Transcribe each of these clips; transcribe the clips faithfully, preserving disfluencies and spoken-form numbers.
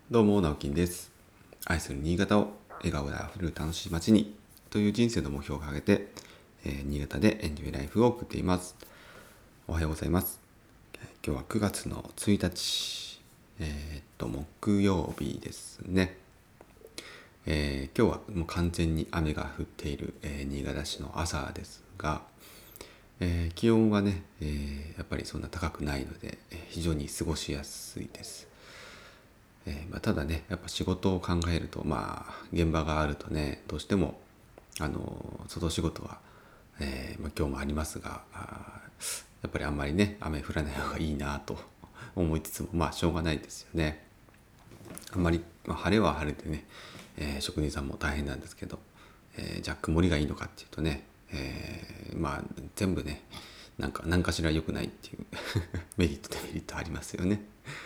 どうも、直樹です。愛する新潟を笑顔であふれる楽しい街にという人生の目標を掲げて、えー新潟でエンジョイライフを送っています。おはようございます。今日はくがつのついたち、えーっと、木曜日ですね。えー今日はもう完全に雨が降っている、えー新潟市の朝ですが、えー気温はね、えーやっぱりそんな高くないので、えー非常に過ごしやすいです。えーまあ、ただね、やっぱ仕事を考えると、まあ、現場があるとね、どうしても、あの、外仕事は、えーまあ、今日もありますが、あやっぱりあんまりね、雨降らない方がいいなと思いつつも、まあ、しょうがないですよね。あんまり、まあ、晴れは晴れてね、えー職人さんも大変なんですけど、えーじゃあ曇りがいいのかっていうとね、えーまあ、全部ね、なんか何かしら良くないっていうメリットデメリットありますよね。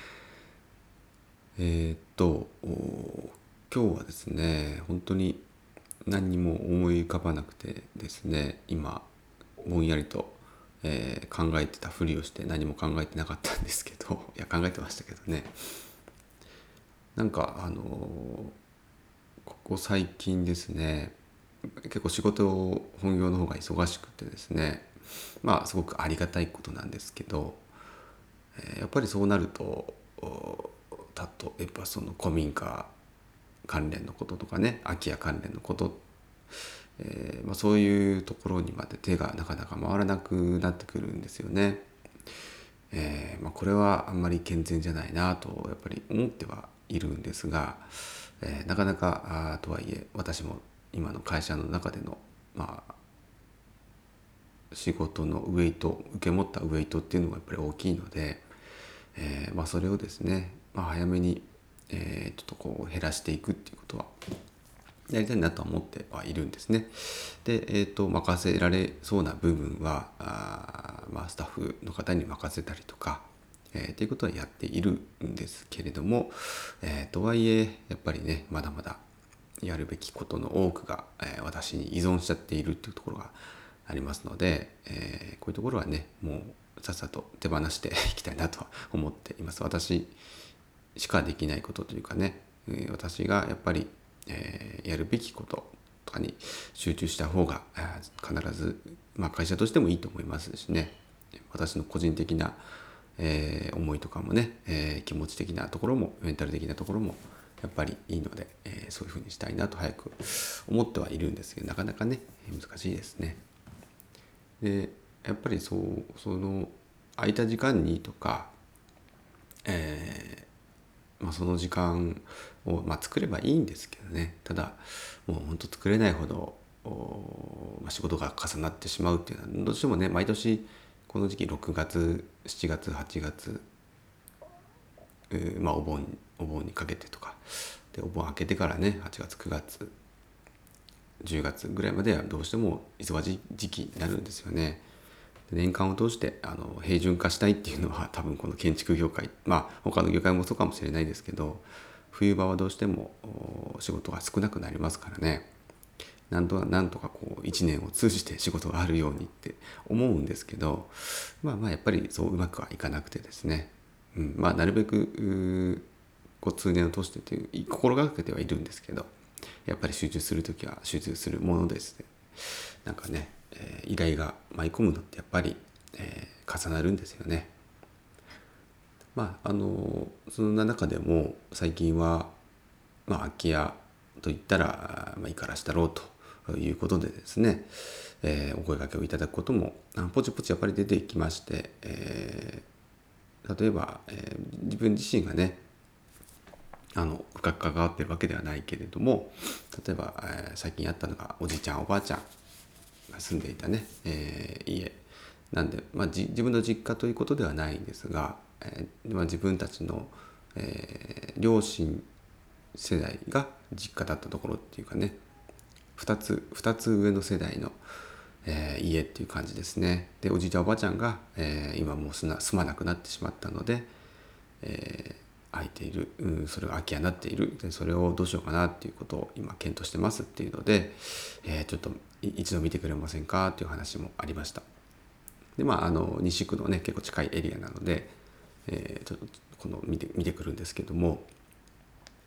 えーっと、今日はですね、本当に何にも思い浮かばなくてですね、今、ぼんやりと、えー考えてたふりをして何も考えてなかったんですけど、いや、考えてましたけどね。なんか、あのーここ最近ですね、結構仕事を本業の方が忙しくてですね、まあ、すごくありがたいことなんですけど、えーやっぱりそうなると、お例えばその古民家関連のこととかね、空き家関連のこと、えーまあ、そういうところにまで手がなかなか回らなくなってくるんですよね。えーまあ、これはあんまり健全じゃないなとやっぱり思ってはいるんですが、えーなかなかあとはいえ私も今の会社の中での、まあ、仕事のウェイト受け持ったウェイトっていうのがやっぱり大きいので、えーまあ、それをですね、まあ、早めに、えーちょっとこう減らしていくっていうことはやりたいなとは思ってはいるんですね。で、えーと、任せられそうな部分はあ、まあ、スタッフの方に任せたりとか、えー、ということはやっているんですけれども、えーとはいえやっぱりねまだまだやるべきことの多くが、えー私に依存しちゃっているというところがありますので、えーこういうところはねもうさっさと手放していきたいなとは思っています。私しかできないことというかね、えー私がやっぱり、えーやるべきこととかに集中した方が、えー必ず、まあ、会社としてもいいと思いますしね、私の個人的な、えー思いとかもね、えー気持ち的なところもメンタル的なところもやっぱりいいので、えーそういうふうにしたいなと早く思ってはいるんですけど、なかなかね難しいですね。でやっぱりそうその空いた時間にとか、えーまあ、その時間を、まあ、作ればいいんですけどね、ただもう本当作れないほど、まあ、仕事が重なってしまうっていうのはどうしてもね毎年この時期ろくがつしちがつはちがつ、えーまあ、お盆お盆にかけてとかで、お盆明けてからねはちがつくがつじゅうがつぐらいまではどうしても忙しい時期になるんですよね。年間を通してあの平準化したいっていうのは多分この建築業界、まあ他の業界もそうかもしれないですけど、冬場はどうしても仕事が少なくなりますからね。なんとなんとかこういちねんを通じて仕事があるようにって思うんですけど、まあまあやっぱりそううまくはいかなくてですね、うん、まあなるべくこう通年を通してという心がけてはいるんですけど、やっぱり集中するときは集中するものですね。なんかね、えー依頼が舞い込むのってやっぱり、えー重なるんですよね。まああのそんな中でも最近は、まあ、空き家といったら、まあ、いいからしたろうということでですね、えーお声掛けをいただくこともポチポチやっぱり出てきまして、えー例えば、えー自分自身がねあの深く関わってるわけではないけれども、例えば、えー最近あったのがおじいちゃんおばあちゃんが住んでいたね、えー家なんで、まあ、じ自分の実家ということではないんですが、えーまあ、自分たちの、えー両親世代が実家だったところっていうかね、ふたつふたつ上の世代の、えー家っていう感じですね。でおじいちゃんおばあちゃんが、えー今もう住まなくなってしまったので、えー空いている、うん、それが空き家になっている、でそれをどうしようかなっていうことを今検討してますっていうので、えーちょっと一度見てくれませんかっていう話もありました。でまああの西区のね結構近いエリアなので、えーちょっとこの見て見てくるんですけども、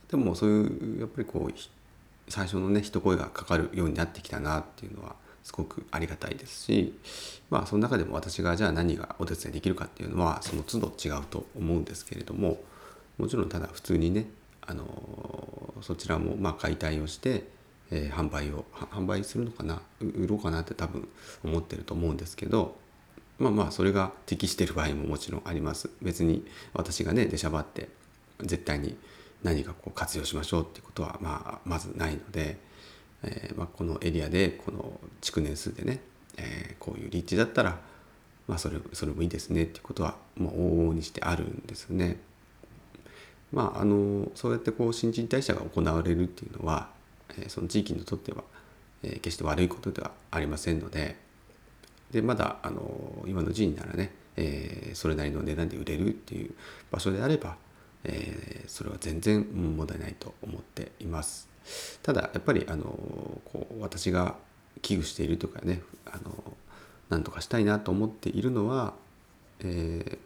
でもそういうやっぱりこう最初のね一声がかかるようになってきたなっていうのはすごくありがたいですし、まあその中でも私がじゃあ何がお手伝いできるかっていうのはその都度違うと思うんですけれども、もちろんただ普通にねあのそちらもまあ解体をして、えー、販売を販売するのかな売ろうかなって多分思ってると思うんですけど、まあまあそれが適している場合ももちろんあります。別に私がね出しゃばって絶対に何かこう活用しましょうっていうことはまあまずないので、えーまあ、このエリアでこの築年数でね、えー、こういう立地だったら、まあ、それそれもいいですねっていうことはもう往々にしてあるんですね。まああのそうやってこう新陳代謝が行われるっていうのは、えー、その地域にとっては、えー、決して悪いことではありませんので、でまだあの今の時期ならね、えー、それなりの値段で売れるっていう場所であれば、えー、それは全然問題ないと思っています。ただやっぱりあのこう私が危惧しているとかね、あの何とかしたいなと思っているのは、え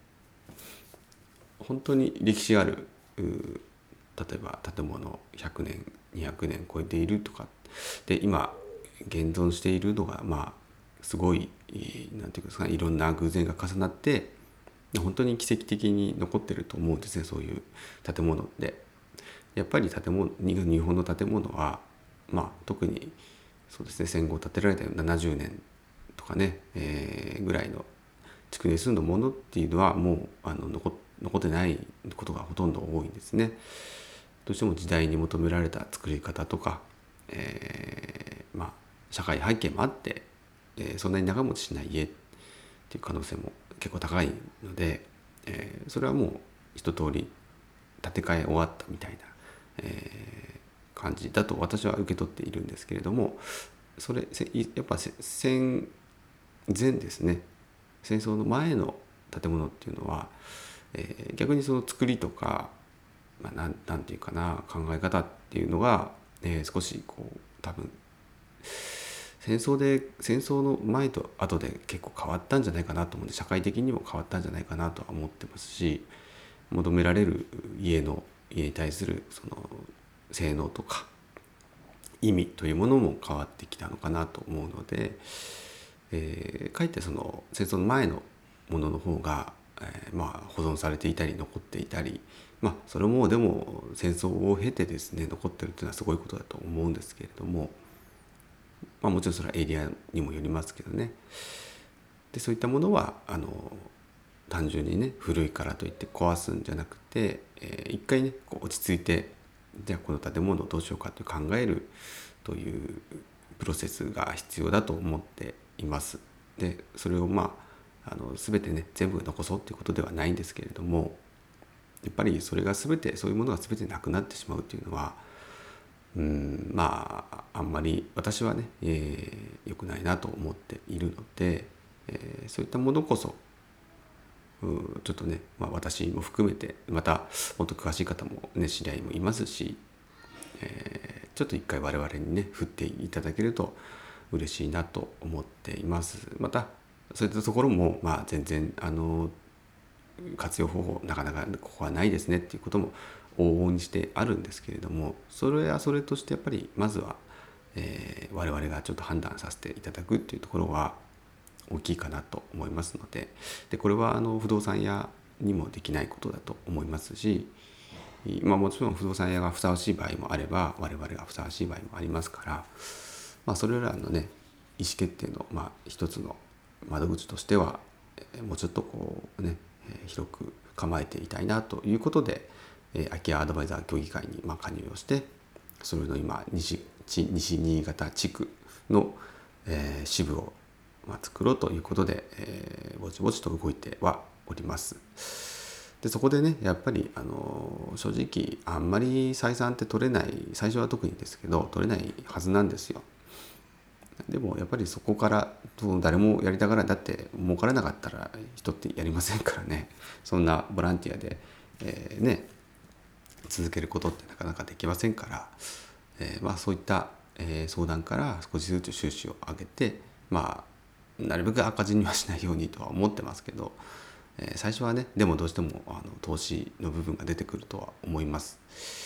ー、本当に歴史ある例えば建物ひゃくねんにひゃくねん超えているとかで今現存しているのがまあすごいなんていうんですか、いろんな偶然が重なって本当に奇跡的に残ってると思うんですね、そういう建物って。やっぱり建物日本の建物はまあ特にそうですね、戦後建てられたななじゅうねんとかね、えー、ぐらいの築年数のものっていうのはもうあの残残ってないことがほとんど多いんですね。どうしても時代に求められた作り方とか、えー、まあ社会背景もあって、えー、そんなに長持ちしない家っていう可能性も結構高いので、えー、それはもう一通り建て替え終わったみたいな、えー、感じだと私は受け取っているんですけれども、それやっぱ戦前ですね、戦争の前の建物っていうのは、えー、逆にその作りとか、まあ、なんなんていうかな考え方っていうのが、えー、少しこう多分戦争で戦争の前と後で結構変わったんじゃないかなと思うんで、社会的にも変わったんじゃないかなとは思ってますし、求められる家の家に対するその性能とか意味というものも変わってきたのかなと思うので、えー、かえってその戦争の前のものの方が、えー、まあ保存されていたり残っていたり、まあそれもでも戦争を経てですね残ってるっていうのはすごいことだと思うんですけれども、まあ、もちろんそれはエリアにもよりますけどね。でそういったものはあの単純にね古いからといって壊すんじゃなくて、えー、一回ねこう落ち着いて、じゃあこの建物をどうしようかと考えるというプロセスが必要だと思っています。でそれをまああの全てね全部残そうっていうことではないんですけれども、やっぱりそれが全てそういうものが全てなくなってしまうっていうのは、うんまああんまり私はね、えー、良くないなと思っているので、えー、そういったものこそちょっとね、まあ、私も含めてまたもっと詳しい方もね知り合いもいますし、えー、ちょっと一回我々にね振っていただけると嬉しいなと思っています。またそういったところも、まあ、全然あの活用方法なかなかここはないですねっていうことも往々にしてあるんですけれども、それはそれとしてやっぱりまずは、えー、我々がちょっと判断させていただくっていうところは大きいかなと思いますので、でこれはあの不動産屋にもできないことだと思いますし、まあ、もちろん不動産屋がふさわしい場合もあれば我々がふさわしい場合もありますから、まあ、それらのね意思決定のまあ一つの窓口としてはもうちょっとこうね広く構えていたいなということで、空き家アドバイザー協議会にまあ加入をして、それの今西、西新潟地区の、えー、支部をまあ作ろうということで、えー、ぼちぼちと動いてはおります。でそこでねやっぱりあの正直あんまり採算って取れない、最初は特にですけど取れないはずなんですよ。でもやっぱりそこから誰もやりたがら、だって儲からなかったら人ってやりませんからね。そんなボランティアで、えー、ね続けることってなかなかできませんから、えー、まあそういった、えー、相談から少しずつ収支を上げて、まあなるべく赤字にはしないようにとは思ってますけど、えー、最初はねでもどうしてもあの投資の部分が出てくるとは思います。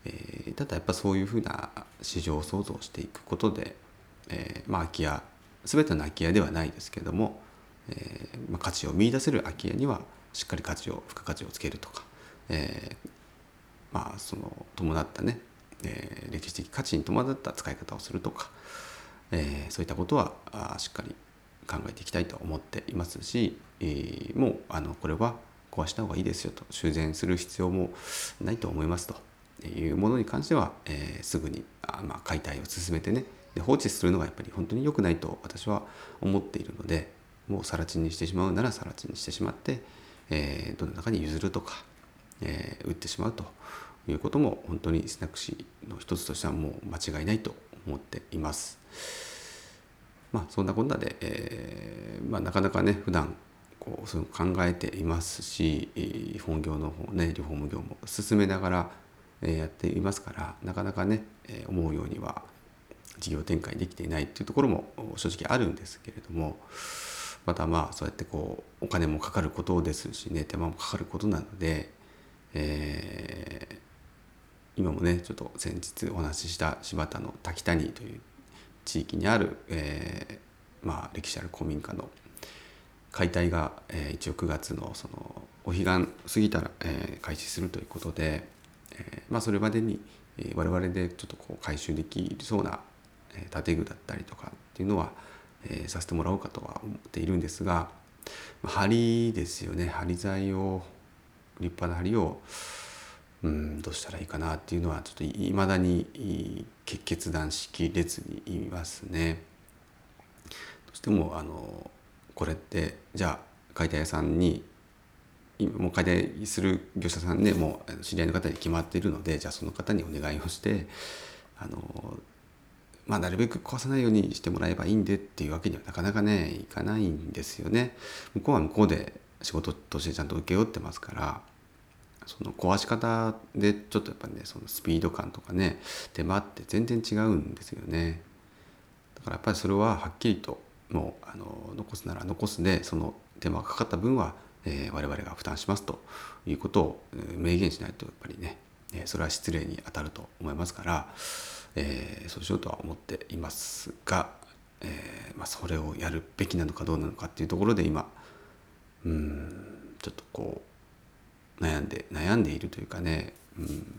えーただやっぱそういうふうな市場を創造していくことで、えーまあ、空き家全ての空き家ではないですけども、えーまあ、価値を見出せる空き家にはしっかり価値を付加価値をつけるとか、えーまあ、その伴ったね、えー歴史的価値に伴った使い方をするとか、えーそういったことはあしっかり考えていきたいと思っていますし、えーもうあのこれは壊した方がいいですよと、修繕する必要もないと思いますというものに関しては、えーすぐにあ、まあ、解体を進めてね、で放置するのがやっぱり本当に良くないと私は思っているので、もう更地にしてしまうなら更地にしてしまって、えーどの中に譲るとか、えー売ってしまうということも本当に選択肢の一つとしてはもう間違いないと思っています。まあそんなこんなで、えーまあ、なかなかね普段こうそういうの考えていますし、本業の方ねリフォーム業も進めながらやっていますから、なかなかね思うようには事業展開できていないっていうところも正直あるんですけれども、またまあそうやってこうお金もかかることですしね、手間もかかることなので、えー今もねちょっと先日お話しした柴田の滝谷という地域にある、えーまあ、歴史ある古民家の解体が、えー、一応くがつのそのお彼岸過ぎたら、えー、開始するということで、えーまあ、それまでに、えー、我々でちょっとこう回収できそうな、えー、建具だったりとかっていうのは、えー、させてもらおうかとは思っているんですが、梁ですよね、梁材を立派な梁をうん、どうしたらいいかなっていうのはちょっといまだに決断しきれずにいますね。どうしてもあのこれってじゃあ解体屋さんにもう解体する業者さんねもう知り合いの方に決まっているので、じゃあその方にお願いをしてあの、まあ、なるべく壊さないようにしてもらえばいいんでっていうわけにはなかなかねいかないんですよね。向こうは向こうで仕事としてちゃんと請け負ってますから、その壊し方でちょっとやっぱりねそのスピード感とかね手間って全然違うんですよね。だからやっぱりそれははっきりともうあの残すなら残すで、その手間がかかった分は、えー、我々が負担しますということを、えー、明言しないとやっぱりね、えー、それは失礼に当たると思いますから、えー、そうしようとは思っていますが、えーまあ、それをやるべきなのかどうなのかっていうところで今うーんちょっとこう悩んで悩んでいるというかね、うん、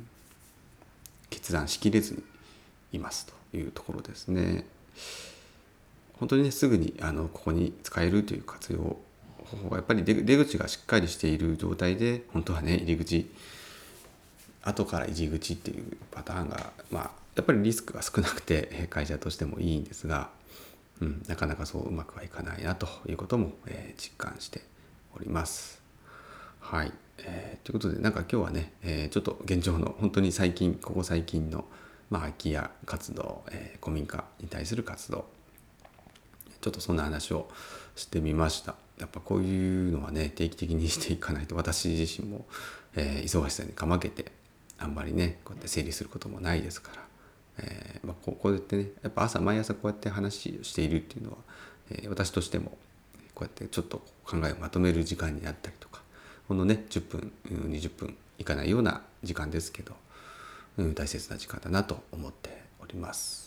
決断しきれずにいますというところですね。本当にねすぐにあのここに使えるという活用方法がやっぱり出出口がしっかりしている状態で、本当はね入り口後から入り口っていうパターンがまあやっぱりリスクが少なくて会社としてもいいんですが、うん、なかなかそううまくはいかないなということも、えー、実感しております。はい、えー、ということでなんか今日はね、えー、ちょっと現状の本当に最近ここ最近の、まあ、空き家活動、えー、古民家に対する活動、ちょっとそんな話をしてみました。やっぱこういうのはね定期的にしていかないと私自身も、えー、忙しさにかまけてあんまりねこうやって整理することもないですから、えーまあ、こうこうやってねやっぱ朝毎朝こうやって話をしているっていうのは、えー、私としてもこうやってちょっと考えをまとめる時間になったりとか、このねじゅっぷんにじゅっぷんいかないような時間ですけど、うん、大切な時間だなと思っております。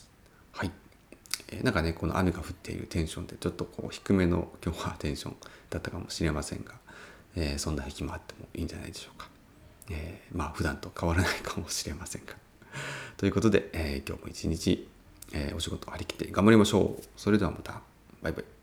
はい、えー、なんかねこの雨が降っているテンションでちょっとこう低めの今日はテンションだったかもしれませんが、えー、そんな日もあってもいいんじゃないでしょうか。えー、まあ普段と変わらないかもしれませんがということで、えー、今日も一日、えー、お仕事張り切って頑張りましょう。それではまた。バイバイ。